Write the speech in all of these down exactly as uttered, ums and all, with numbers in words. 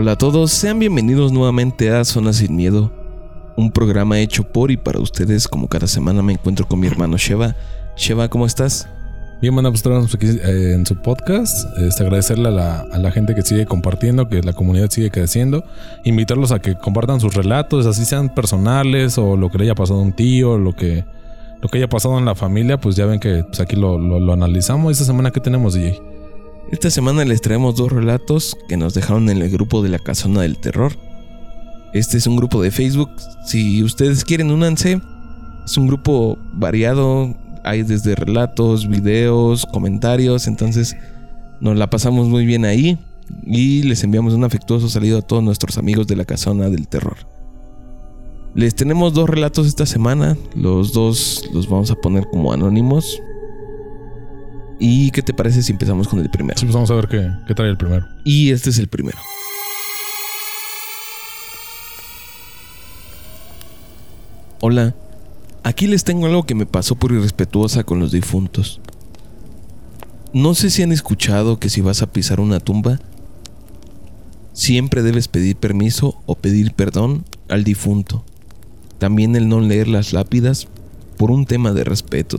Hola a todos, sean bienvenidos nuevamente a Zona Sin Miedo, un programa hecho por y para ustedes. Como cada semana me encuentro con mi hermano Sheva. Sheva, ¿cómo estás? Bien, bueno, pues estamos aquí eh, en su podcast. Este, agradecerle a la, a la gente que sigue compartiendo, que la comunidad sigue creciendo. Invitarlos a que compartan sus relatos, así sean personales o lo que le haya pasado a un tío, lo que, lo que haya pasado en la familia. Pues ya ven que pues aquí lo, lo, lo analizamos. Esta semana, ¿qué tenemos, D J? Esta semana les traemos dos relatos que nos dejaron en el grupo de la Casona del Terror. Este es un grupo de Facebook. Si ustedes quieren, únanse. Es un grupo variado. Hay desde relatos, videos, comentarios. Entonces nos la pasamos muy bien ahí. Y les enviamos un afectuoso saludo a todos nuestros amigos de la Casona del Terror. Les tenemos dos relatos esta semana. Los dos los vamos a poner como anónimos. ¿Y qué te parece si empezamos con el primero? Sí, pues vamos a ver qué, qué trae el primero. Y este es el primero. Hola, aquí les tengo algo que me pasó por irrespetuosa con los difuntos. No sé si han escuchado que si vas a pisar una tumba, siempre debes pedir permiso o pedir perdón al difunto. También el no leer las lápidas por un tema de respeto.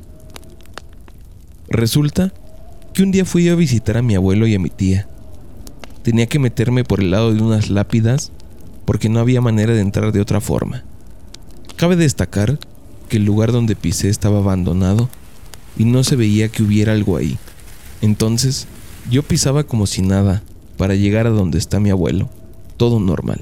Resulta que un día fui a visitar a mi abuelo y a mi tía. Tenía que meterme por el lado de unas lápidas porque no había manera de entrar de otra forma. Cabe destacar que el lugar donde pisé estaba abandonado y no se veía que hubiera algo ahí. Entonces, yo pisaba como si nada para llegar a donde está mi abuelo. Todo normal.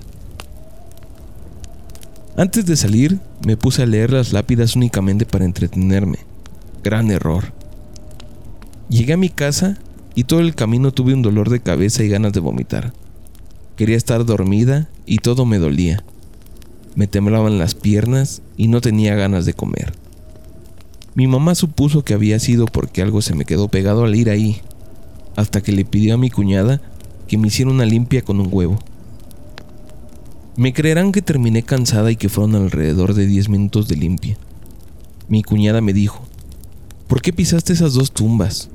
Antes de salir, me puse a leer las lápidas únicamente para entretenerme. Gran error. Llegué a mi casa y todo el camino tuve un dolor de cabeza y ganas de vomitar. Quería estar dormida y todo me dolía. Me temblaban las piernas y no tenía ganas de comer. Mi mamá supuso que había sido porque algo se me quedó pegado al ir ahí, hasta que le pidió a mi cuñada que me hiciera una limpia con un huevo. Me creerán que terminé cansada y que fueron alrededor de diez minutos de limpia. Mi cuñada me dijo: ¿por qué pisaste esas dos tumbas?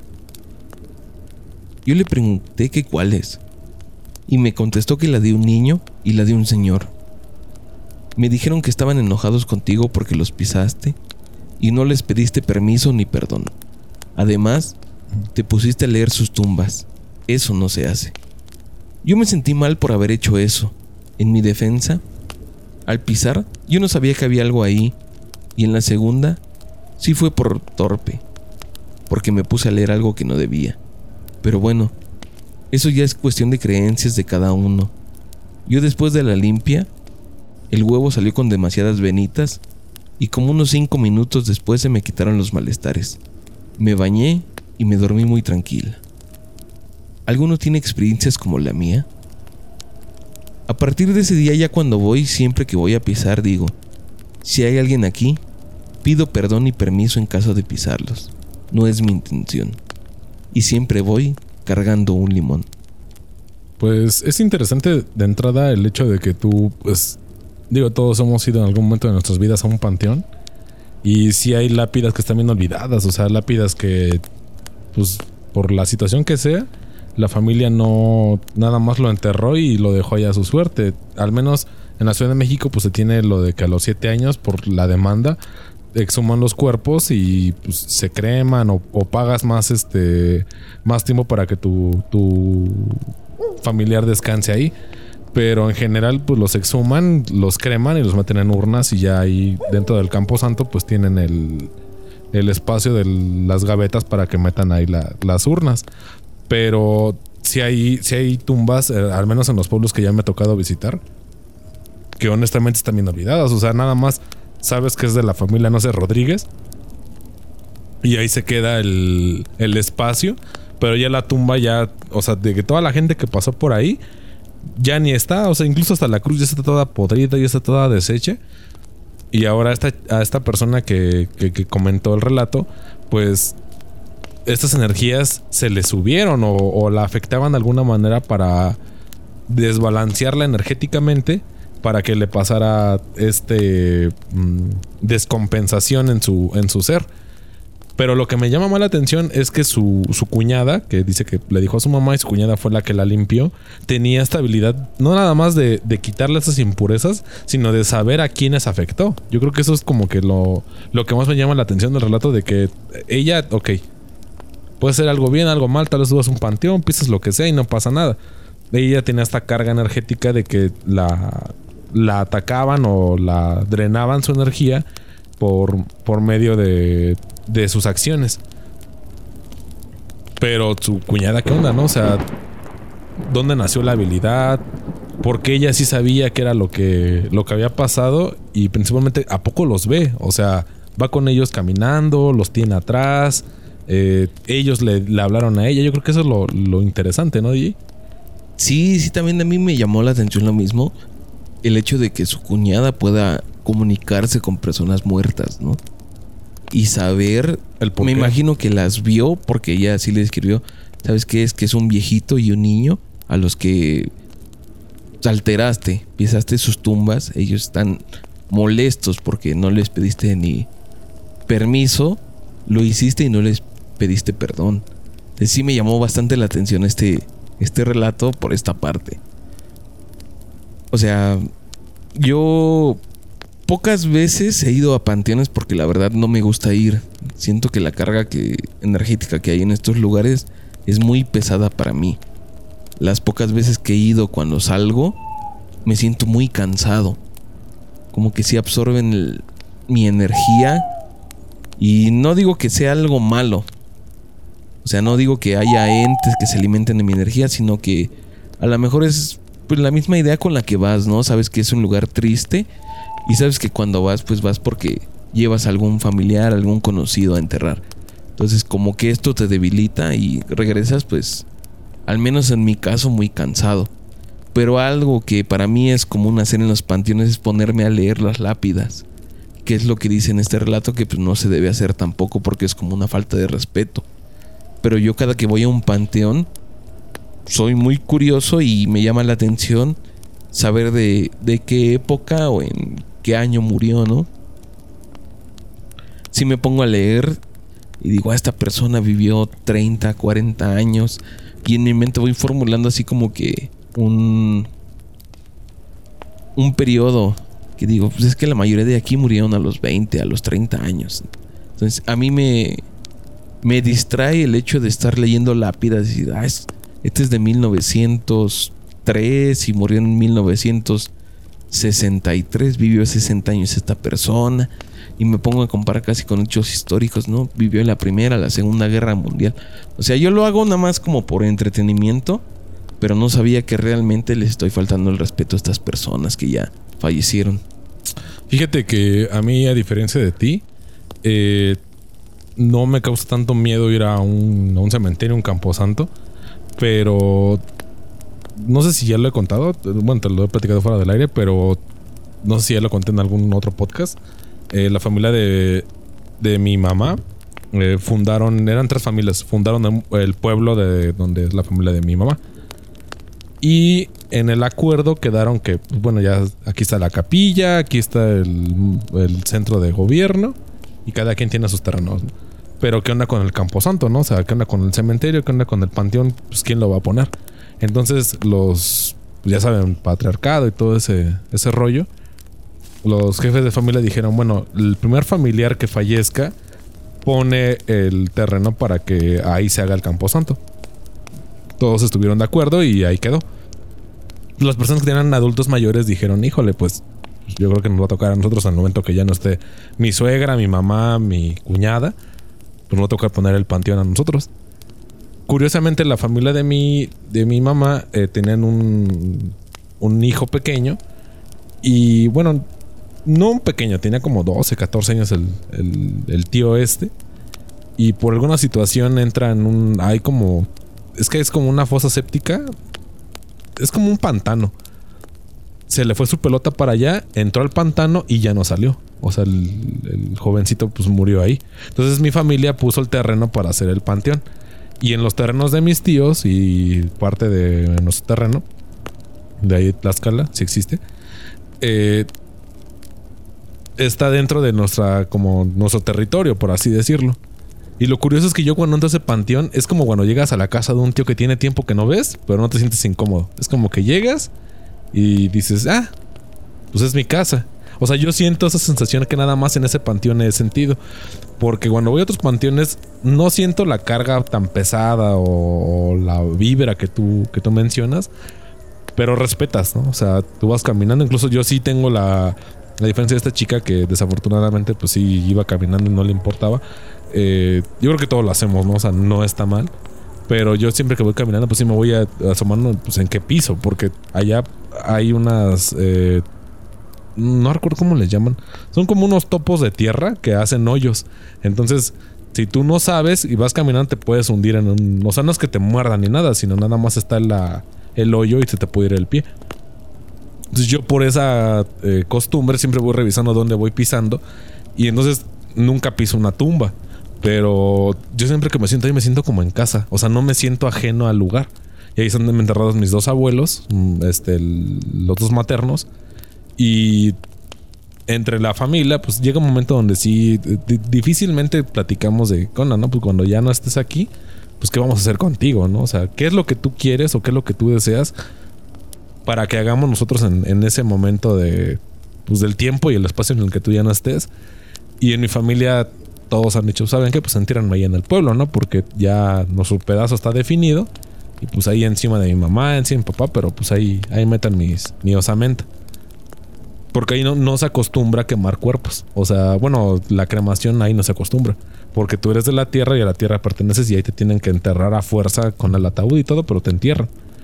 Yo le pregunté que cuáles, y me contestó que la de un niño y la de un señor. Me dijeron que estaban enojados contigo porque los pisaste y no les pediste permiso ni perdón. Además, te pusiste a leer sus tumbas. Eso no se hace. Yo me sentí mal por haber hecho eso. En mi defensa, al pisar, yo no sabía que había algo ahí, y en la segunda, sí fue por torpe, porque me puse a leer algo que no debía. Pero bueno, eso ya es cuestión de creencias de cada uno. Yo, después de la limpia, el huevo salió con demasiadas venitas y como unos cinco minutos después se me quitaron los malestares. Me bañé y me dormí muy tranquila. ¿Alguno tiene experiencias como la mía? A partir de ese día, ya cuando voy, siempre que voy a pisar, digo: si hay alguien aquí, pido perdón y permiso en caso de pisarlos. No es mi intención. Y siempre voy cargando un limón. Pues es interesante de entrada el hecho de que tú, pues, digo, todos hemos ido en algún momento de nuestras vidas a un panteón. Y sí hay lápidas que están bien olvidadas. O sea, lápidas que, pues, por la situación que sea, la familia no nada más lo enterró y lo dejó ahí a su suerte. Al menos en la Ciudad de México, pues se tiene lo de que a los siete años, por la demanda, exhuman los cuerpos y pues se creman o, o pagas más este más tiempo para que tu, tu familiar descanse ahí. Pero en general, pues los exhuman, los creman y los meten en urnas, y ya ahí dentro del camposanto pues tienen el, el espacio de las gavetas para que metan ahí la, las urnas. Pero si hay, si hay tumbas, eh, al menos en los pueblos que ya me ha tocado visitar, que honestamente están bien olvidadas. O sea, nada más sabes que es de la familia, no sé, Rodríguez, y ahí se queda el, el espacio, pero ya la tumba ya, o sea, de que toda la gente que pasó por ahí ya ni está. O sea, incluso hasta la cruz ya está toda podrida, ya está toda deshecha. Y ahora esta, a esta persona que, que, que comentó el relato, pues estas energías se le subieron o, o la afectaban de alguna manera para desbalancearla energéticamente, para que le pasara este mmm, descompensación en su, en su ser. Pero lo que me llama más la atención es que su, su cuñada, que dice que le dijo a su mamá y su cuñada fue la que la limpió, tenía esta habilidad no nada más de, de quitarle esas impurezas, sino de saber a quiénes afectó. Yo creo que eso es como que lo, lo que más me llama la atención del relato, de que ella, ok, puede ser algo bien, algo mal, tal vez subas un panteón, pisas lo que sea y no pasa nada. Ella tenía esta carga energética de que la, la atacaban o la drenaban su energía por, por medio de, de sus acciones. Pero su cuñada, ¿qué onda, no? O sea, ¿dónde nació la habilidad? Porque ella sí sabía que era lo que, lo que había pasado y principalmente ¿a poco los ve? O sea, va con ellos caminando, los tiene atrás, eh, ellos le, le hablaron a ella. Yo creo que eso es lo, lo interesante, ¿no, D J? Sí, sí, también a mí me llamó la atención lo mismo. El hecho de que su cuñada pueda comunicarse con personas muertas, ¿no? Y saber... ¿El por me qué? imagino que las vio porque ella sí le escribió. ¿Sabes qué? Es que es un viejito y un niño a los que alteraste, pisaste sus tumbas. Ellos están molestos porque no les pediste ni permiso. Lo hiciste y no les pediste perdón. Entonces sí me llamó bastante la atención este... este relato por esta parte. O sea, yo pocas veces he ido a panteones porque la verdad no me gusta ir. Siento que la carga que, energética que hay en estos lugares es muy pesada para mí. Las pocas veces que he ido, cuando salgo, me siento muy cansado. Como que sí absorben el, mi energía. Y no digo que sea algo malo. O sea, no digo que haya entes que se alimenten de mi energía, sino que a lo mejor es pues la misma idea con la que vas, ¿no? Sabes que es un lugar triste y sabes que cuando vas, pues vas porque llevas a algún familiar, algún conocido a enterrar. Entonces, como que esto te debilita y regresas, pues, al menos en mi caso, muy cansado. Pero algo que para mí es común hacer en los panteones es ponerme a leer las lápidas. Que es lo que dice en este relato, que pues no se debe hacer tampoco porque es como una falta de respeto. Pero yo cada que voy a un panteón soy muy curioso y me llama la atención saber de, de qué época o en qué año murió, ¿no? Si me pongo a leer y digo, ah, esta persona vivió treinta, cuarenta años, y en mi mente voy formulando así como que un un periodo que digo, pues es que la mayoría de aquí murieron a los veinte, a los treinta años. Entonces a mí me Me distrae el hecho de estar leyendo lápidas y decir, ah, es, este es de mil novecientos tres y murió en mil novecientos sesenta y tres, vivió sesenta años esta persona, y me pongo a comparar casi con hechos históricos, ¿no? Vivió en la Primera, la Segunda Guerra Mundial. O sea, yo lo hago nada más como por entretenimiento, pero no sabía que realmente les estoy faltando el respeto a estas personas que ya fallecieron. Fíjate que a mí, a diferencia de ti, eh... no me causa tanto miedo ir a un, a un cementerio, un camposanto. Pero no sé si ya lo he contado. Bueno, te lo he platicado fuera del aire, pero no sé si ya lo conté en algún otro podcast. Eh, la familia de, de mi mamá eh, fundaron, eran tres familias, fundaron el pueblo de donde es la familia de mi mamá. Y en el acuerdo quedaron que, pues, bueno, ya aquí está la capilla, aquí está el, el centro de gobierno y cada quien tiene sus terrenos, ¿no? Pero ¿qué onda con el camposanto, no? O sea, ¿qué onda con el cementerio? ¿Qué onda con el panteón? Pues ¿quién lo va a poner? Entonces los, ya saben, patriarcado y todo ese, ese rollo, los jefes de familia dijeron, bueno, el primer familiar que fallezca pone el terreno para que ahí se haga el camposanto. Todos estuvieron de acuerdo y ahí quedó. Las personas que tenían adultos mayores dijeron, híjole, pues yo creo que nos va a tocar a nosotros al momento que ya no esté mi suegra, mi mamá, mi cuñada, pues nos va a tocar poner el panteón a nosotros. Curiosamente, la familia de mi, de mi mamá eh, tenían un, un hijo pequeño. Y bueno, no un pequeño, tenía como doce, catorce años el, el, el tío este. Y por alguna situación entra en un... Hay como... Es que es como una fosa séptica. Es como un pantano. Se le fue su pelota para allá, entró al pantano y ya no salió. O sea, el, el jovencito pues murió ahí. Entonces mi familia puso el terreno para hacer el panteón. Y en los terrenos de mis tíos y parte de nuestro terreno, de ahí Tlaxcala, si existe, eh, está dentro de nuestra, como nuestro territorio, por así decirlo. Y lo curioso es que yo cuando entro a ese panteón es como cuando llegas a la casa de un tío que tiene tiempo que no ves, pero no te sientes incómodo. Es como que llegas y dices, ah, pues es mi casa. O sea, yo siento esa sensación que nada más en ese panteón he sentido. Porque cuando voy a otros panteones no siento la carga tan pesada o, o la vibra que tú, que tú mencionas. Pero respetas, ¿no? O sea, tú vas caminando. Incluso yo sí tengo la, la diferencia de esta chica que desafortunadamente pues sí iba caminando y no le importaba. Eh, yo creo que todos lo hacemos, ¿no? O sea, no está mal. Pero yo siempre que voy caminando pues sí me voy a, a asomando pues en qué piso. Porque allá hay unas... Eh, no recuerdo cómo les llaman. Son como unos topos de tierra que hacen hoyos. Entonces, si tú no sabes y vas caminando, te puedes hundir en un... O sea, no es que te muerdan ni nada, sino nada más está la, el hoyo y se te puede ir el pie. Entonces yo por esa eh, costumbre siempre voy revisando dónde voy pisando. Y entonces nunca piso una tumba. Pero yo siempre que me siento ahí me siento como en casa. O sea, no me siento ajeno al lugar. Y ahí están enterrados mis dos abuelos, este, el, los dos maternos. Y entre la familia, pues llega un momento donde sí, difícilmente platicamos de, Conan, ¿no? Pues cuando ya no estés aquí, pues ¿qué vamos a hacer contigo, no? O sea, ¿qué es lo que tú quieres o qué es lo que tú deseas para que hagamos nosotros en, en ese momento de, pues del tiempo y el espacio en el que tú ya no estés? Y en mi familia todos han dicho, ¿saben qué? Pues entíranme ahí en el pueblo, ¿no? Porque ya nuestro pedazo está definido y pues ahí encima de mi mamá, encima de mi papá, pero pues ahí, ahí metan mis, mi osamenta. Porque ahí no, no se acostumbra a quemar cuerpos. O sea, bueno, la cremación ahí no se acostumbra. Porque tú eres de la tierra y a la tierra perteneces y ahí te tienen que enterrar a fuerza con el ataúd y todo, pero te entierran.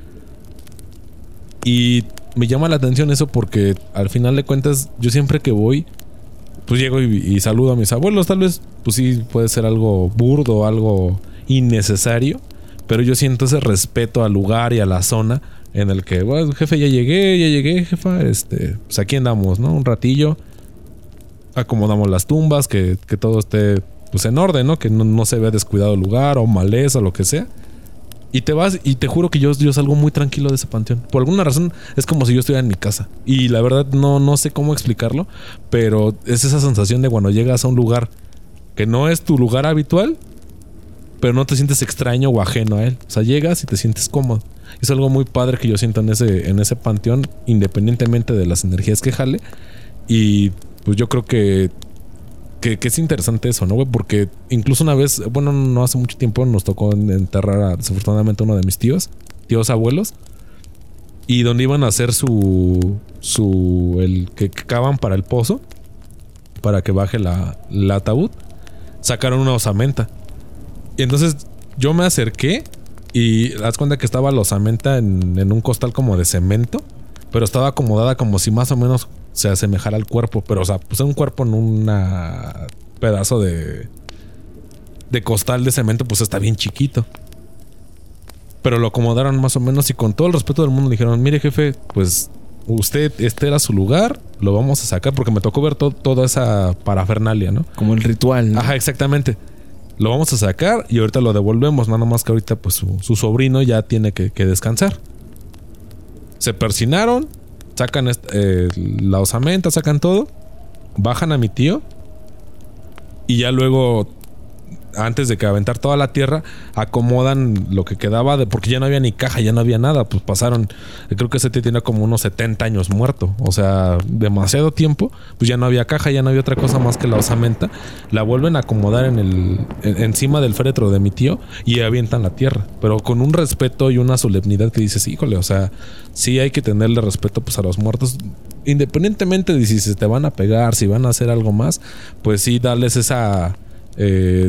Y me llama la atención eso porque al final de cuentas yo siempre que voy, pues llego y, y saludo a mis abuelos. Tal vez, pues sí, puede ser algo burdo, algo innecesario. Pero yo siento ese respeto al lugar y a la zona en el que, bueno, jefe, ya llegué, ya llegué, jefa, este, pues aquí andamos, ¿no? Un ratillo, acomodamos las tumbas, que, que todo esté, pues en orden, ¿no? Que no, no se vea descuidado el lugar o maleza o lo que sea. Y te vas y te juro que yo, yo salgo muy tranquilo de ese panteón. Por alguna razón es como si yo estuviera en mi casa. Y la verdad no, no sé cómo explicarlo, pero es esa sensación de cuando llegas a un lugar que no es tu lugar habitual, pero no te sientes extraño o ajeno a él. O sea, llegas y te sientes cómodo. Es algo muy padre que yo siento en ese, en ese panteón, independientemente de las energías que jale. Y pues yo creo que, que, que es interesante eso, ¿no, güey? Porque incluso una vez, bueno, no hace mucho tiempo nos tocó enterrar a, desafortunadamente, uno de mis tíos, tíos abuelos. Y donde iban a hacer su, su, el que cavan para el pozo, para que baje la, el ataúd, sacaron una osamenta. Y entonces yo me acerqué y haz cuenta que estaba la osamenta en, en un costal como de cemento, pero estaba acomodada como si más o menos se asemejara al cuerpo. Pero, o sea, puse un cuerpo en un pedazo de, de costal de cemento, pues está bien chiquito. Pero lo acomodaron más o menos y con todo el respeto del mundo dijeron, mire jefe, pues usted, este era su lugar, lo vamos a sacar, porque me tocó ver to- toda esa parafernalia, ¿no? Como el ritual, ¿no? Ajá, exactamente. Lo vamos a sacar y ahorita lo devolvemos. Nada más que ahorita pues su, su sobrino ya tiene que, que descansar. Se persinaron, sacan est- eh, la osamenta, sacan todo, bajan a mi tío y ya luego, antes de que aventar toda la tierra, acomodan lo que quedaba de, porque ya no había ni caja, ya no había nada. Pues pasaron, creo que ese tío tenía como unos setenta años muerto. O sea, demasiado tiempo. Pues ya no había caja, ya no había otra cosa más que la osamenta. La vuelven a acomodar en el en, encima del féretro de mi tío y avientan la tierra. Pero con un respeto y una solemnidad que dices, híjole, o sea, sí hay que tenerle respeto pues a los muertos. Independientemente de si se te van a pegar, si van a hacer algo más, pues sí, darles esa... Eh,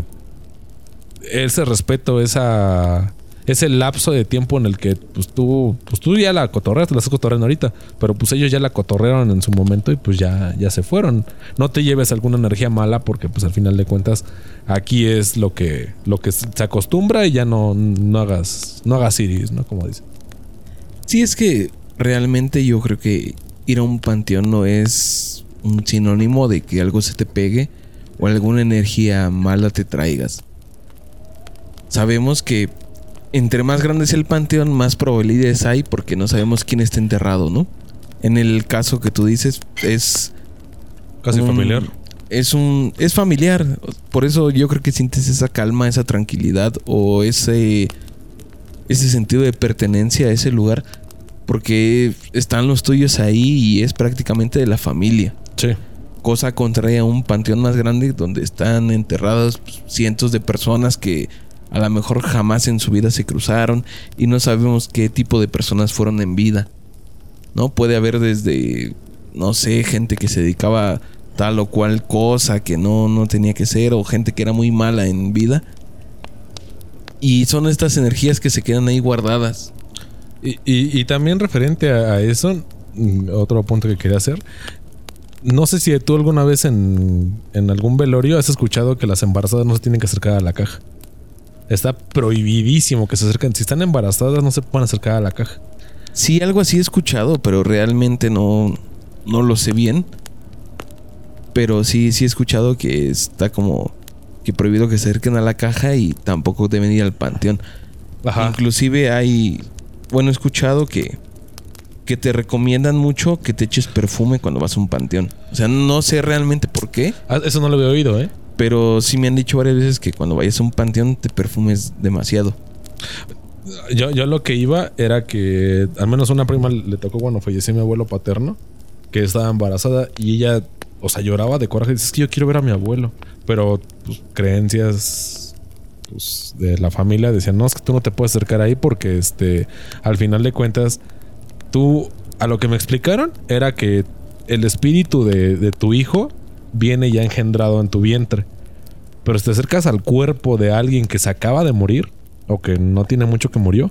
ese respeto, esa ese lapso de tiempo en el que pues tú pues tú ya la cotorreaste, la estás cotorreando ahorita, pero pues ellos ya la cotorrearon en su momento y pues ya, ya se fueron. No te lleves alguna energía mala porque pues al final de cuentas aquí es lo que lo que se acostumbra y ya no, no hagas no hagas iris, ¿no? Como dice. Sí, es que realmente yo creo que ir a un panteón no es un sinónimo de que algo se te pegue o alguna energía mala te traigas. Sabemos que entre más grande es el panteón, más probabilidades hay porque no sabemos quién está enterrado, ¿no? En el caso que tú dices, es casi un, familiar. es un es familiar. Por eso yo creo que sientes esa calma, esa tranquilidad o ese ese sentido de pertenencia a ese lugar, porque están los tuyos ahí y es prácticamente de la familia. Sí. Cosa contraria a un panteón más grande donde están enterradas pues, cientos de personas que a lo mejor jamás en su vida se cruzaron y no sabemos qué tipo de personas fueron en vida, ¿no? Puede haber desde, no sé, gente que se dedicaba a tal o cual cosa que no, no tenía que ser, o gente que era muy mala en vida. Y son estas energías que se quedan ahí guardadas. Y, y, y también referente a, a eso, otro punto que quería hacer. No sé si tú alguna vez en, en algún velorio has escuchado que las embarazadas no se tienen que acercar a la caja. Está prohibidísimo que se acerquen. Si están embarazadas no se pueden acercar a la caja. Sí, algo así he escuchado, pero realmente no, no lo sé bien. Pero sí, sí he escuchado que está como que prohibido que se acerquen a la caja y tampoco deben ir al panteón. Ajá. Inclusive hay, bueno, he escuchado que que te recomiendan mucho que te eches perfume cuando vas a un panteón. O sea, no sé realmente por qué. Ah, eso no lo había oído, ¿eh? Pero sí me han dicho varias veces que cuando vayas a un panteón te perfumes demasiado. Yo, yo lo que iba era que al menos una prima le tocó cuando falleció mi abuelo paterno, que estaba embarazada y ella, o sea, lloraba de coraje. Dice, es que yo quiero ver a mi abuelo. Pero pues, creencias pues, de la familia decían, no, es que tú no te puedes acercar ahí porque este, al final de cuentas, tú, a lo que me explicaron, era que el espíritu de, de tu hijo viene ya engendrado en tu vientre. Pero si te acercas al cuerpo de alguien que se acaba de morir, o que no tiene mucho que murió,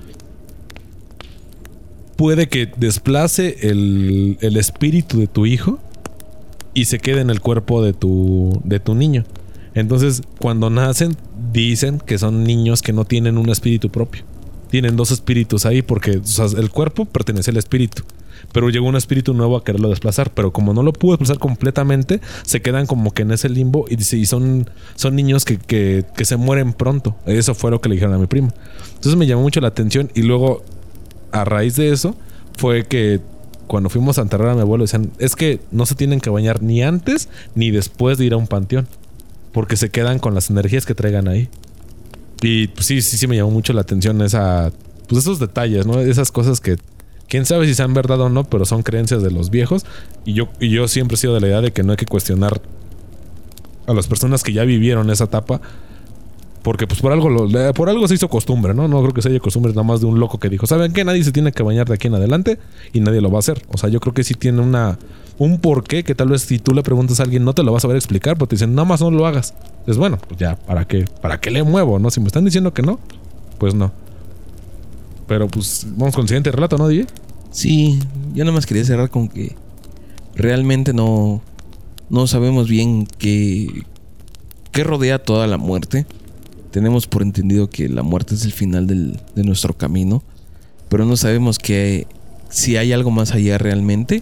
puede que desplace el, el espíritu de tu hijo y se quede en el cuerpo de tu, de tu niño. Entonces, cuando nacen, dicen que son niños que no tienen un espíritu propio. Tienen dos espíritus ahí porque, o sea, el cuerpo pertenece al espíritu, pero llegó un espíritu nuevo a quererlo desplazar, pero como no lo pudo desplazar completamente, se quedan como que en ese limbo y, y son, son niños que, que, que se mueren pronto. Eso fue lo que le dijeron a mi prima. Entonces me llamó mucho la atención y luego a raíz de eso fue que cuando fuimos a enterrar a mi abuelo decían, es que no se tienen que bañar ni antes ni después de ir a un panteón porque se quedan con las energías que traigan ahí. Y pues, sí, sí, sí me llamó mucho la atención esa, pues esos detalles, ¿no? Esas cosas que quién sabe si sean verdad o no, pero son creencias de los viejos. Y yo, y yo siempre he sido de la idea de que no hay que cuestionar a las personas que ya vivieron esa etapa. Porque pues por algo lo, por algo se hizo costumbre, ¿no? No creo que se haya costumbre nada más de un loco que dijo, ¿saben qué? Nadie se tiene que bañar de aquí en adelante y nadie lo va a hacer. O sea, yo creo que sí tiene una un porqué que tal vez si tú le preguntas a alguien no te lo vas a saber explicar, porque te dicen, nada más no lo hagas. Es bueno, pues ya, ¿para qué? ¿Para qué le muevo? ¿No? Si me están diciendo que no, pues no. Pero pues vamos con el siguiente relato, ¿no, Diego? Sí, yo nada más quería cerrar con que realmente no, no sabemos bien qué, qué rodea toda la muerte. Tenemos por entendido que la muerte es el final del, de nuestro camino, pero no sabemos que si hay algo más allá realmente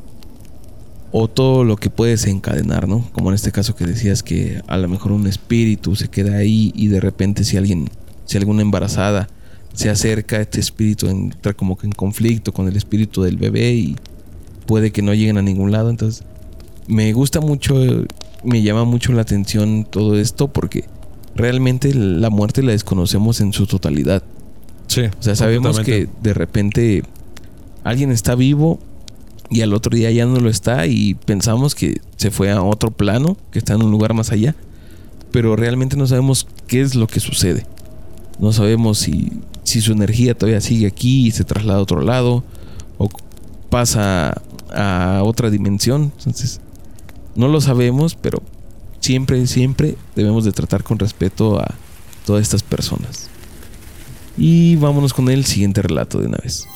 o todo lo que puede desencadenar, ¿no? Como en este caso que decías que a lo mejor un espíritu se queda ahí y de repente si alguien, si alguna embarazada se acerca, este espíritu entra como que en conflicto con el espíritu del bebé y puede que no lleguen a ningún lado. Entonces me gusta mucho, me llama mucho la atención todo esto porque realmente la muerte la desconocemos en su totalidad. Sí. O sea, sabemos que de repente alguien está vivo y al otro día ya no lo está y pensamos que se fue a otro plano, que está en un lugar más allá, pero realmente no sabemos qué es lo que sucede. No sabemos si, si su energía todavía sigue aquí y se traslada a otro lado o pasa a otra dimensión. Entonces, no lo sabemos, pero siempre, siempre debemos de tratar con respeto a todas estas personas. Y vámonos con el siguiente relato de una vez.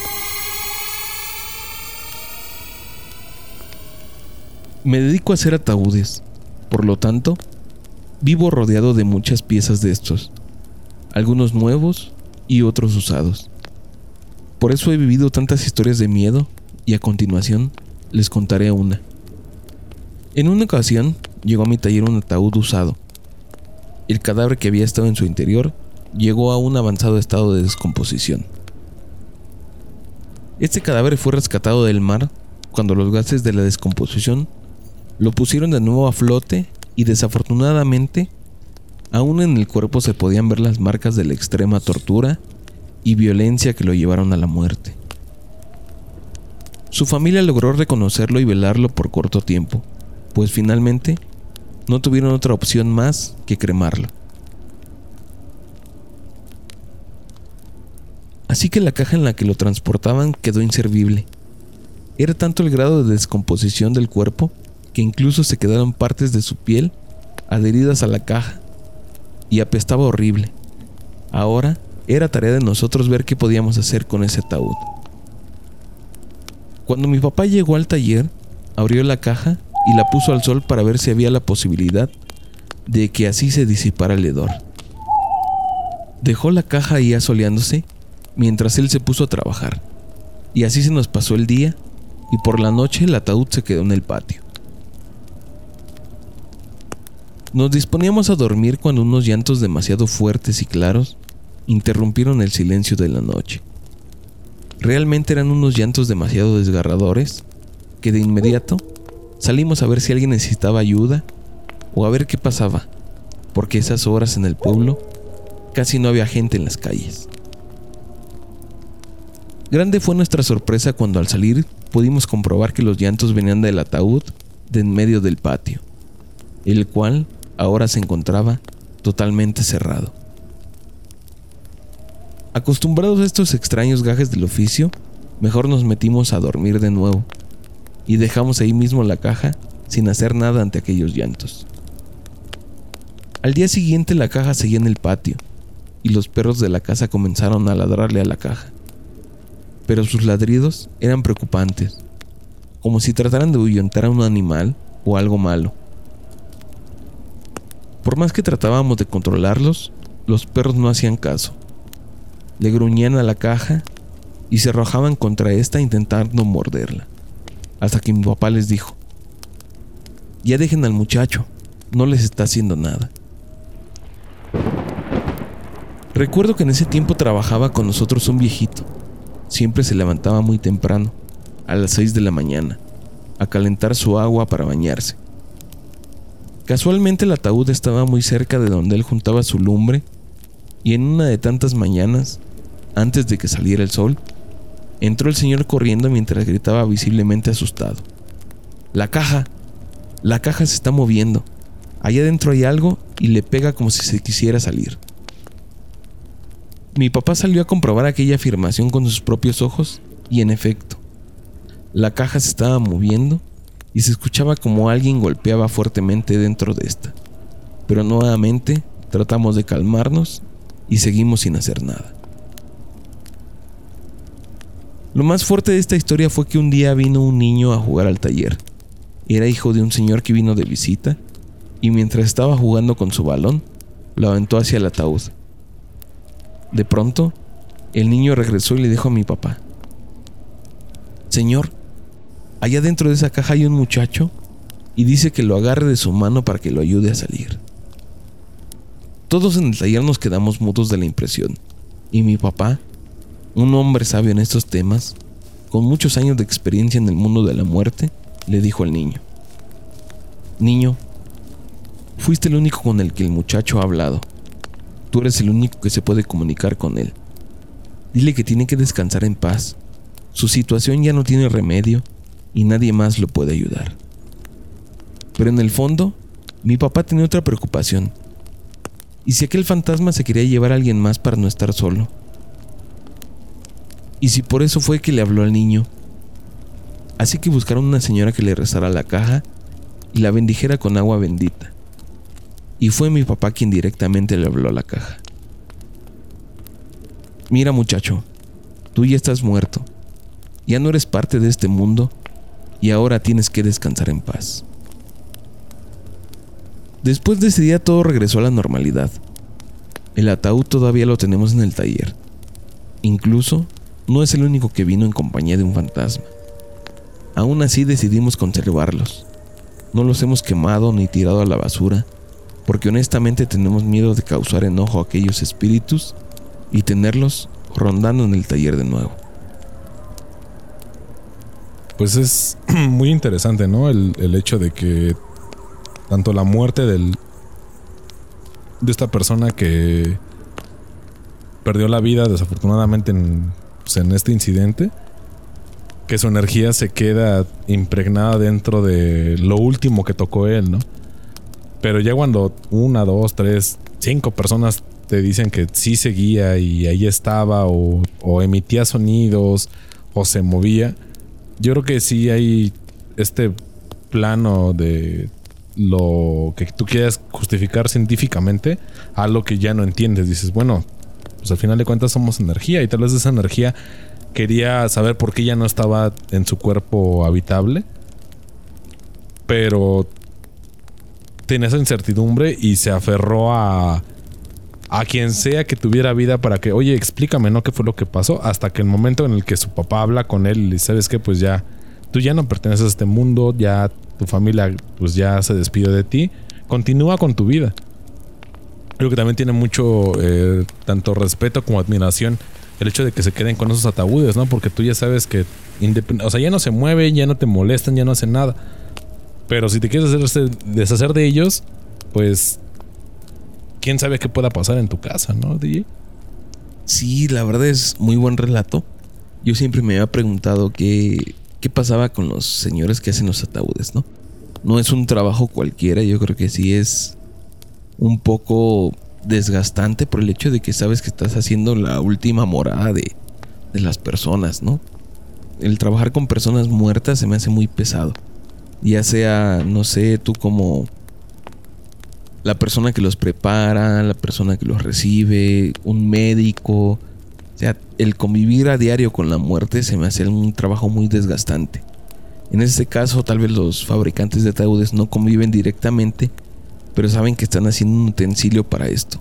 Me dedico a hacer ataúdes, por lo tanto, vivo rodeado de muchas piezas de estos, algunos nuevos y otros usados. Por eso he vivido tantas historias de miedo y a continuación les contaré una. En una ocasión llegó a mi taller un ataúd usado. El cadáver que había estado en su interior llegó a un avanzado estado de descomposición. Este cadáver fue rescatado del mar cuando los gases de la descomposición Lo pusieron de nuevo a flote y desafortunadamente, aún en el cuerpo se podían ver las marcas de la extrema tortura y violencia que lo llevaron a la muerte. Su familia logró reconocerlo y velarlo por corto tiempo, pues finalmente no tuvieron otra opción más que cremarlo. Así que la caja en la que lo transportaban quedó inservible. Era tanto el grado de descomposición del cuerpo que incluso se quedaron partes de su piel adheridas a la caja y apestaba horrible. Ahora era tarea de nosotros ver qué podíamos hacer con ese ataúd. Cuando mi papá llegó al taller, abrió la caja y la puso al sol para ver si había la posibilidad de que así se disipara el hedor. Dejó la caja ahí asoleándose mientras él se puso a trabajar, y así se nos pasó el día, y por la noche el ataúd se quedó en el patio. Nos disponíamos a dormir cuando unos llantos demasiado fuertes y claros interrumpieron el silencio de la noche. Realmente eran unos llantos demasiado desgarradores que de inmediato salimos a ver si alguien necesitaba ayuda o a ver qué pasaba, porque esas horas en el pueblo casi no había gente en las calles. Grande fue nuestra sorpresa cuando al salir pudimos comprobar que los llantos venían del ataúd de en medio del patio, el cual ahora se encontraba totalmente cerrado. Acostumbrados a estos extraños gajes del oficio, mejor nos metimos a dormir de nuevo y dejamos ahí mismo la caja sin hacer nada ante aquellos llantos. Al día siguiente la caja seguía en el patio y los perros de la casa comenzaron a ladrarle a la caja. Pero sus ladridos eran preocupantes, como si trataran de ahuyentar a un animal o algo malo. Por más que tratábamos de controlarlos, los perros no hacían caso. Le gruñían a la caja y se arrojaban contra esta intentando morderla, hasta que mi papá les dijo: «Ya dejen al muchacho, no les está haciendo nada». Recuerdo que en ese tiempo trabajaba con nosotros un viejito. Siempre se levantaba muy temprano, a las seis de la mañana, a calentar su agua para bañarse. Casualmente el ataúd estaba muy cerca de donde él juntaba su lumbre, y en una de tantas mañanas, antes de que saliera el sol, entró el señor corriendo mientras gritaba visiblemente asustado: «¡La caja! La caja se está moviendo. Allá adentro hay algo y le pega como si se quisiera salir». Mi papá salió a comprobar aquella afirmación con sus propios ojos y en efecto, la caja se estaba moviendo y se escuchaba como alguien golpeaba fuertemente dentro de esta. Pero nuevamente tratamos de calmarnos y seguimos sin hacer nada. Lo más fuerte de esta historia fue que un día vino un niño a jugar al taller. Era hijo de un señor que vino de visita y mientras estaba jugando con su balón, lo aventó hacia el ataúd. De pronto, el niño regresó y le dijo a mi papá: «Señor, allá dentro de esa caja hay un muchacho y dice que lo agarre de su mano para que lo ayude a salir». Todos en el taller nos quedamos mudos de la impresión, y mi papá, un hombre sabio en estos temas, con muchos años de experiencia en el mundo de la muerte, le dijo al niño: «Niño, fuiste el único con el que el muchacho ha hablado. Tú eres el único que se puede comunicar con él. Dile que tiene que descansar en paz. Su situación ya no tiene remedio y nadie más lo puede ayudar». Pero en el fondo, mi papá tenía otra preocupación. ¿Y si aquel fantasma se quería llevar a alguien más para no estar solo? ¿Y si por eso fue que le habló al niño? Así que buscaron una señora que le rezara la caja y la bendijera con agua bendita. Y fue mi papá quien directamente le habló a la caja. «Mira, muchacho, tú ya estás muerto. Ya no eres parte de este mundo y ahora tienes que descansar en paz». Después de ese día todo regresó a la normalidad. El ataúd todavía lo tenemos en el taller. Incluso no es el único que vino en compañía de un fantasma. Aún así decidimos conservarlos. No los hemos quemado ni tirado a la basura, porque honestamente tenemos miedo de causar enojo a aquellos espíritus y tenerlos rondando en el taller de nuevo. Pues es muy interesante, ¿no? El, el hecho de que tanto la muerte del de esta persona que perdió la vida desafortunadamente en, pues, en este incidente, que su energía se queda impregnada dentro de lo último que tocó él, ¿no? Pero ya cuando una, dos, tres, cinco personas te dicen que sí seguía y ahí estaba o, o emitía sonidos o se movía, yo creo que sí hay este plano de lo que tú quieras justificar científicamente a lo que ya no entiendes. Dices, bueno, pues al final de cuentas somos energía y tal vez esa energía quería saber por qué ya no estaba en su cuerpo habitable, pero tenía esa incertidumbre y se aferró a a quien sea que tuviera vida para que, oye, explícame, ¿no? ¿Qué fue lo que pasó? Hasta que el momento en el que su papá habla con él y sabes que pues ya, tú ya no perteneces a este mundo, ya tu familia pues ya se despidió de ti, continúa con tu vida. Creo que también tiene mucho eh, tanto respeto como admiración el hecho de que se queden con esos ataúdes, ¿no? Porque tú ya sabes que, o sea, ya no se mueven, ya no te molestan, ya no hacen nada. Pero si te quieres hacerse, deshacer de ellos, pues quién sabe qué pueda pasar en tu casa, ¿no, D J? Sí, la verdad es muy buen relato. Yo siempre me había preguntado qué, qué pasaba con los señores que hacen los ataúdes, ¿no? No es un trabajo cualquiera, yo creo que sí es un poco desgastante por el hecho de que sabes que estás haciendo la última morada de, de las personas, ¿no? El trabajar con personas muertas se me hace muy pesado. Ya sea, no sé, tú como la persona que los prepara, la persona que los recibe, un médico. O sea, el convivir a diario con la muerte se me hace un trabajo muy desgastante. En este caso, tal vez los fabricantes de ataúdes no conviven directamente, pero saben que están haciendo un utensilio para esto.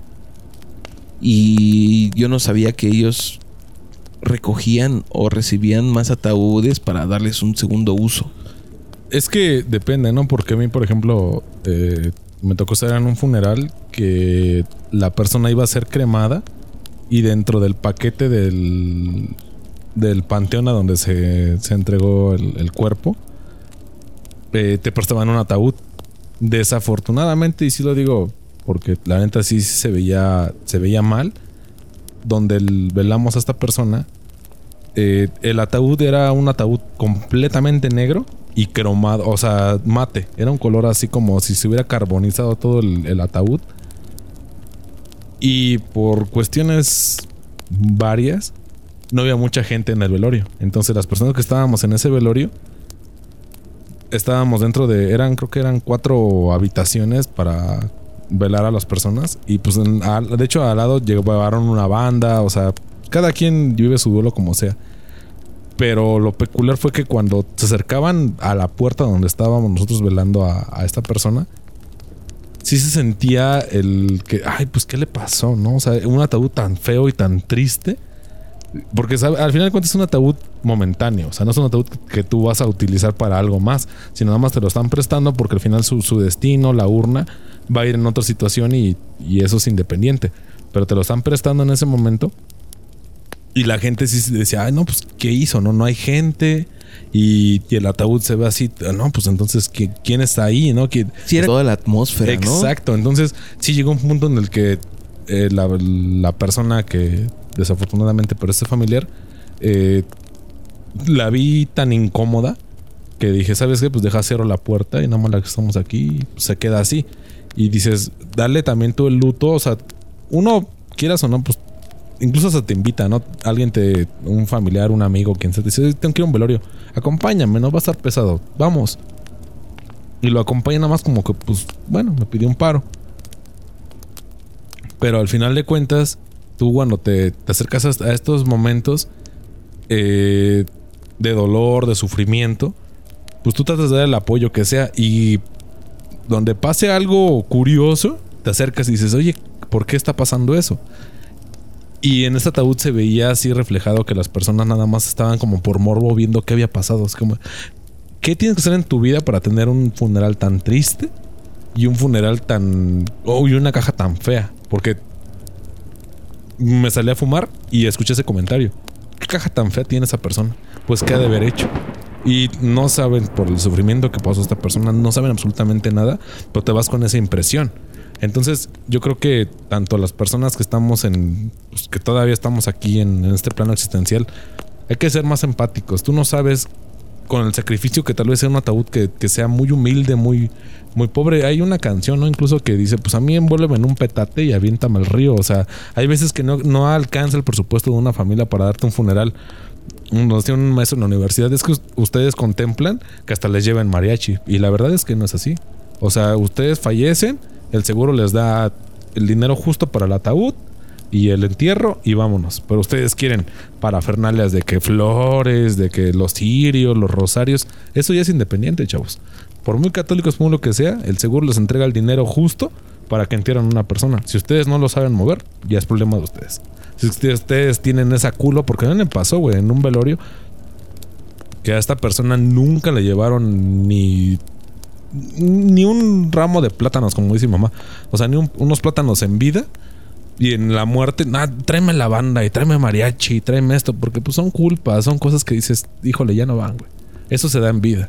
Y yo no sabía que ellos recogían o recibían más ataúdes para darles un segundo uso. Es que depende, ¿no? Porque a mí, por ejemplo, eh, me tocó estar en un funeral que la persona iba a ser cremada y dentro del paquete del, del panteón a donde se, se entregó el, el cuerpo, eh, te prestaban un ataúd. Desafortunadamente, y sí lo digo porque la neta sí se veía, se veía mal, donde el, velamos a esta persona, eh, el ataúd era un ataúd completamente negro y cromado, o sea, mate. Era un color así como si se hubiera carbonizado todo el, el ataúd. Y por cuestiones varias, no había mucha gente en el velorio. Entonces las personas que estábamos en ese velorio, estábamos dentro de, eran, creo que eran cuatro habitaciones para velar a las personas. Y pues, en, a, de hecho, al lado llevaron una banda, o sea, cada quien vive su duelo como sea. Pero lo peculiar fue que cuando se acercaban a la puerta donde estábamos nosotros velando a, a esta persona, sí se sentía el que, ay, pues, ¿qué le pasó? ¿No? O sea, un ataúd tan feo y tan triste. Porque, ¿sabe? Al final de cuentas es un ataúd momentáneo. O sea, no es un ataúd que tú vas a utilizar para algo más, sino nada más te lo están prestando porque al final su, su destino, la urna, va a ir en otra situación y, y eso es independiente. Pero te lo están prestando en ese momento. Y la gente sí decía, ay, no, pues, ¿qué hizo? No, no hay gente. Y, y el ataúd se ve así. No, pues entonces, ¿quién, quién está ahí? ¿No? ¿Quién? Sí, era toda la atmósfera, exacto, ¿no? Exacto. Entonces, sí llegó un punto en el que eh, la, la persona que desafortunadamente por este familiar, eh, la vi tan incómoda que dije, ¿sabes qué? Pues deja cierro la puerta y nada más la que estamos aquí pues, se queda así. Y dices, dale también tú el luto. O sea, uno, quieras o no, pues incluso se te invita, ¿no? Alguien te, un familiar, un amigo, quien se te dice, tengo que ir a un velorio, acompáñame, no va a estar pesado, vamos. Y lo acompaña nada más como que, pues, bueno, me pidió un paro. Pero al final de cuentas, tú cuando te, te acercas a estos momentos eh, de dolor, de sufrimiento, pues tú tratas de dar el apoyo que sea. Y donde pase algo curioso, te acercas y dices, oye, ¿por qué está pasando eso? Y en este ataúd se veía así reflejado que las personas nada más estaban como por morbo viendo qué había pasado. Es como, ¿qué tienes que hacer en tu vida para tener un funeral tan triste? Y un funeral tan... Oh, y una caja tan fea. Porque me salí a fumar y escuché ese comentario. ¿Qué caja tan fea tiene esa persona? Pues, ¿qué ha de haber hecho? y no saben por el sufrimiento que pasó esta persona, no saben absolutamente nada, pero te vas con esa impresión. Entonces yo creo que tanto las personas que estamos en, pues, que todavía estamos aquí en, en este plano existencial, hay que ser más empáticos. Tú no sabes con el sacrificio que tal vez sea un ataúd que, que sea muy humilde, muy, muy pobre. Hay una canción, ¿no? Incluso que dice, pues a mí envuélveme en un petate y aviéntame al río. O sea, hay veces que no, no alcanza el presupuesto de una familia para darte un funeral. Nos tiene un maestro en la universidad, es que ustedes contemplan que hasta les lleven mariachi. Y la verdad es que no es así. O sea, ustedes fallecen, el seguro les da el dinero justo para el ataúd y el entierro y vámonos. Pero ustedes quieren parafernalias de que flores, de que los cirios, los rosarios. Eso ya es independiente, chavos. Por muy católicos como lo que sea, el seguro les entrega el dinero justo para que entierren a una persona. Si ustedes no lo saben mover, ya es problema de ustedes. Si ustedes tienen esa culo, porque a mí me pasó, güey, en un velorio, que a esta persona nunca le llevaron ni ni un ramo de plátanos, como dice mi mamá. O sea, ni un, unos plátanos en vida. Y en la muerte, nah, tráeme la banda y tráeme mariachi y tráeme esto, porque pues son culpas, son cosas que dices, híjole, ya no van, güey. Eso se da en vida.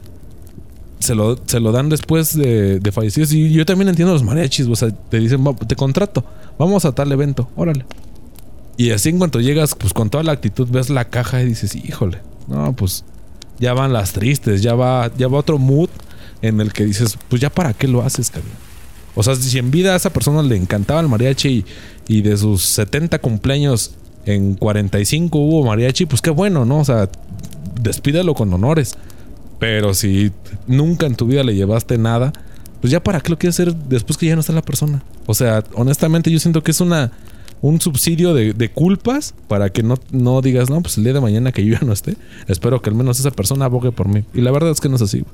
Se lo, se lo dan después de, de fallecidos. Y yo también entiendo los mariachis, o sea, te dicen, te contrato, vamos a tal evento, órale. Y así en cuanto llegas, pues con toda la actitud, ves la caja y dices, híjole, no, pues ya van las tristes, ya va, ya va otro mood en el que dices, pues ya para qué lo haces, cabrón. O sea, si en vida a esa persona le encantaba el mariachi y, y de sus setenta cumpleaños en cuarenta y cinco hubo mariachi, pues qué bueno, ¿no? O sea, despídelo con honores. Pero si nunca en tu vida le llevaste nada, pues ya para qué lo quieres hacer después que ya no está la persona. O sea, honestamente yo siento que es una un subsidio de, de culpas para que no, no digas, no, pues el día de mañana que yo ya no esté, espero que al menos esa persona abogue por mí. Y la verdad es que no es así.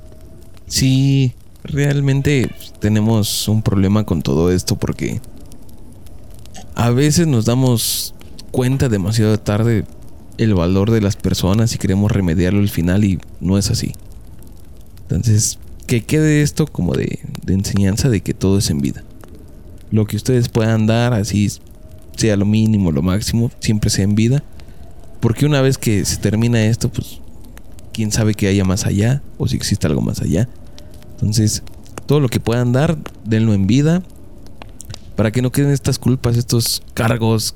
Sí, realmente tenemos un problema con todo esto porque a veces nos damos cuenta demasiado tarde el valor de las personas y queremos remediarlo al final y no es así. Entonces, que quede esto como de, de enseñanza de que todo es en vida. Lo que ustedes puedan dar, así sea lo mínimo, lo máximo, siempre sea en vida. Porque una vez que se termina esto, pues quién sabe que haya más allá o si existe algo más allá. Entonces, todo lo que puedan dar, denlo en vida para que no queden estas culpas, estos cargos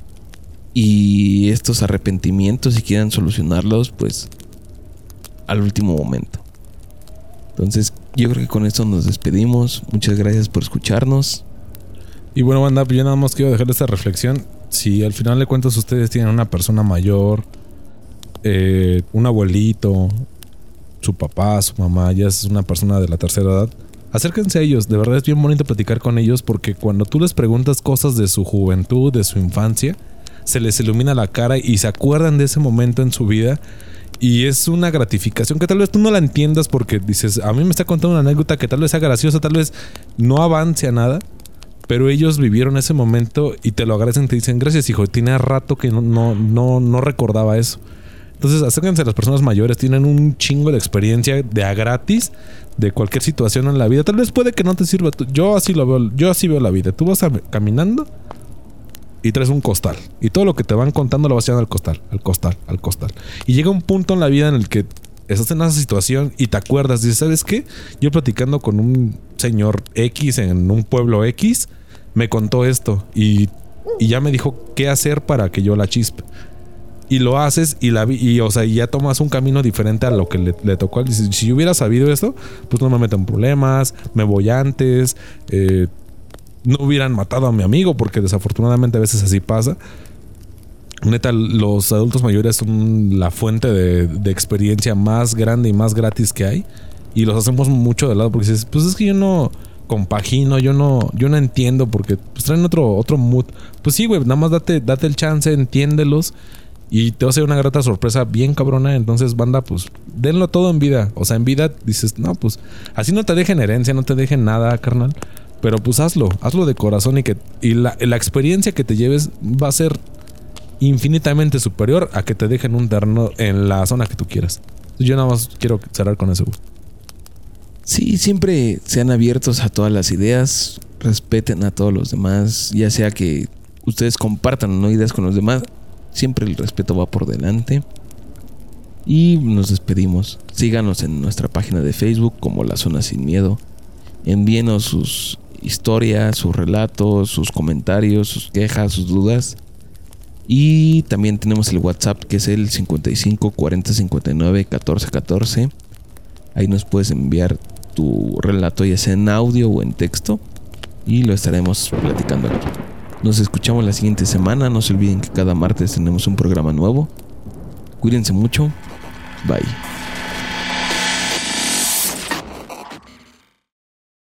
y estos arrepentimientos, si quieran solucionarlos, pues al último momento. Entonces, yo creo que con esto nos despedimos. Muchas gracias por escucharnos. Y bueno, banda, yo nada más quiero dejar esta reflexión. Si al final de cuentas ustedes tienen una persona mayor, eh, un abuelito, su papá, su mamá, ya es una persona de la tercera edad, acérquense a ellos. De verdad es bien bonito platicar con ellos, porque cuando tú les preguntas cosas de su juventud, de su infancia, se les ilumina la cara y se acuerdan de ese momento en su vida. Y es una gratificación que tal vez tú no la entiendas, porque dices, a mí me está contando una anécdota que tal vez sea graciosa, tal vez no avance a nada, pero ellos vivieron ese momento y te lo agradecen, te dicen, gracias hijo, tiene rato que no, no, no, no recordaba eso. Entonces acérquense a las personas mayores, tienen un chingo de experiencia de a gratis de cualquier situación en la vida. Tal vez puede que no te sirva, yo así lo veo, yo así veo la vida. Tú vas a, caminando y traes un costal y todo lo que te van contando lo vas llevando al costal, al costal, al costal. Y llega un punto en la vida en el que estás en esa situación y te acuerdas, dices, ¿sabes qué? Yo platicando con un señor X en un pueblo X, me contó esto y, y ya me dijo qué hacer para que yo la chispe. Y lo haces y, la, y, o sea, y ya tomas un camino diferente a lo que le, le tocó. Dices, si yo hubiera sabido esto, pues no me meto en problemas, me voy antes, eh, no hubieran matado a mi amigo, porque desafortunadamente a veces así pasa. Neta, los adultos mayores son la fuente de, de experiencia más grande y más gratis que hay. Y los hacemos mucho de lado porque dices, pues es que yo no compagino, yo no, yo no entiendo, porque pues traen otro, otro mood. Pues sí, güey, nada más date, date el chance, entiéndelos. Y te va a ser una grata sorpresa bien cabrona. Entonces, banda, pues denlo todo en vida. O sea, en vida dices, no, pues así no te dejen herencia, no te dejen nada, carnal. Pero pues hazlo, hazlo de corazón y que y la, la experiencia que te lleves va a ser infinitamente superior a que te dejen un terreno en la zona que tú quieras. Yo nada más quiero cerrar con eso, güey. Sí, siempre sean abiertos a todas las ideas, respeten a todos los demás, ya sea que ustedes compartan o no ideas con los demás. Siempre el respeto va por delante. Y nos despedimos. Síganos en nuestra página de Facebook como La Zona Sin Miedo. Envíenos sus historias, sus relatos, sus comentarios, sus quejas, sus dudas. Y también tenemos el WhatsApp, que es el cincuenta y cinco cuarenta cincuenta y nueve catorce catorce. Ahí nos puedes enviar tu relato, ya sea en audio o en texto, y lo estaremos platicando aquí. Nos escuchamos la siguiente semana. No se olviden que cada martes tenemos un programa nuevo. Cuídense mucho. Bye.